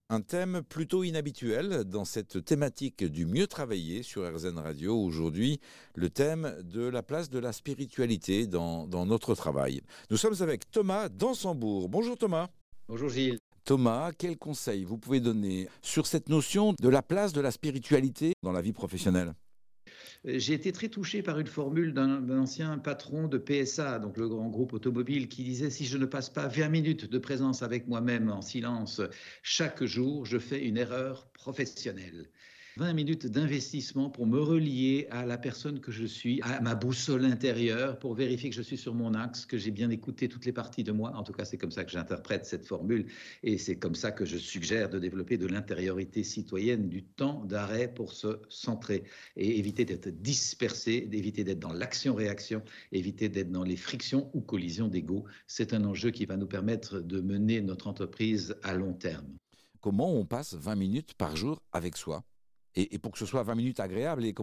Un thème plutôt inhabituel dans cette thématique du mieux travailler sur RZN Radio. Aujourd'hui, le thème de la place de la spiritualité dans notre travail. Nous sommes avec Thomas d'Ansembourg. Bonjour Thomas. Bonjour Gilles. Thomas, quels conseils vous pouvez donner sur cette notion de la place de la spiritualité dans la vie professionnelle ? J'ai été très touché par une formule d'un ancien patron de PSA, donc le grand groupe automobile, qui disait: si je ne passe pas 20 minutes de présence avec moi-même en silence chaque jour, je fais une erreur professionnelle. 20 minutes d'investissement pour me relier à la personne que je suis, à ma boussole intérieure, pour vérifier que je suis sur mon axe, que j'ai bien écouté toutes les parties de moi. En tout cas, c'est comme ça que j'interprète cette formule et c'est comme ça que je suggère de développer de l'intériorité citoyenne, du temps d'arrêt pour se centrer et éviter d'être dispersé, d'éviter d'être dans l'action-réaction, éviter d'être dans les frictions ou collisions d'ego. C'est un enjeu qui va nous permettre de mener notre entreprise à long terme. Comment on passe 20 minutes par jour avec soi ? Et pour que ce soit 20 minutes agréables et,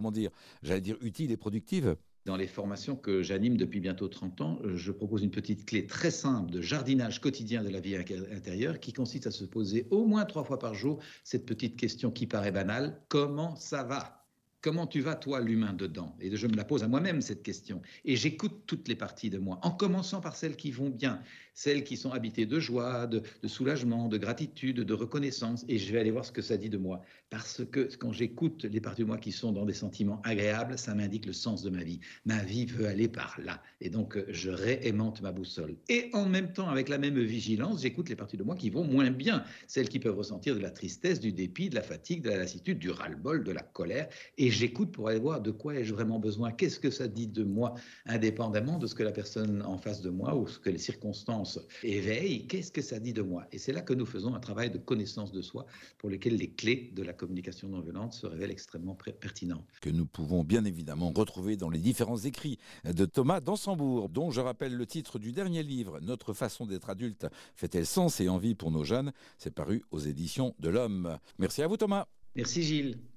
utiles et productives. Dans les formations que j'anime depuis bientôt 30 ans, je propose une petite clé très simple de jardinage quotidien de la vie intérieure qui consiste à se poser au moins 3 fois par jour cette petite question qui paraît banale: comment ça va ? Comment tu vas, toi, l'humain dedans ? Et je me la pose à moi-même, cette question. Et j'écoute toutes les parties de moi, en commençant par celles qui vont bien, celles qui sont habitées de joie, de soulagement, de gratitude, de reconnaissance. Et je vais aller voir ce que ça dit de moi. Parce que quand j'écoute les parties de moi qui sont dans des sentiments agréables, ça m'indique le sens de ma vie. Ma vie veut aller par là. Et donc, je réaimante ma boussole. Et en même temps, avec la même vigilance, j'écoute les parties de moi qui vont moins bien, celles qui peuvent ressentir de la tristesse, du dépit, de la fatigue, de la lassitude, du ras-le-bol, de la colère. Et j'écoute pour aller voir de quoi ai-je vraiment besoin, qu'est-ce que ça dit de moi, indépendamment de ce que la personne en face de moi ou ce que les circonstances éveillent, qu'est-ce que ça dit de moi. Et c'est là que nous faisons un travail de connaissance de soi pour lequel les clés de la communication non violente se révèlent extrêmement pertinentes. Que nous pouvons bien évidemment retrouver dans les différents écrits de Thomas d'Ansembourg, dont je rappelle le titre du dernier livre, Notre façon d'être adulte fait-elle sens et envie pour nos jeunes ? C'est paru aux éditions de l'Homme. Merci à vous Thomas. Merci Gilles.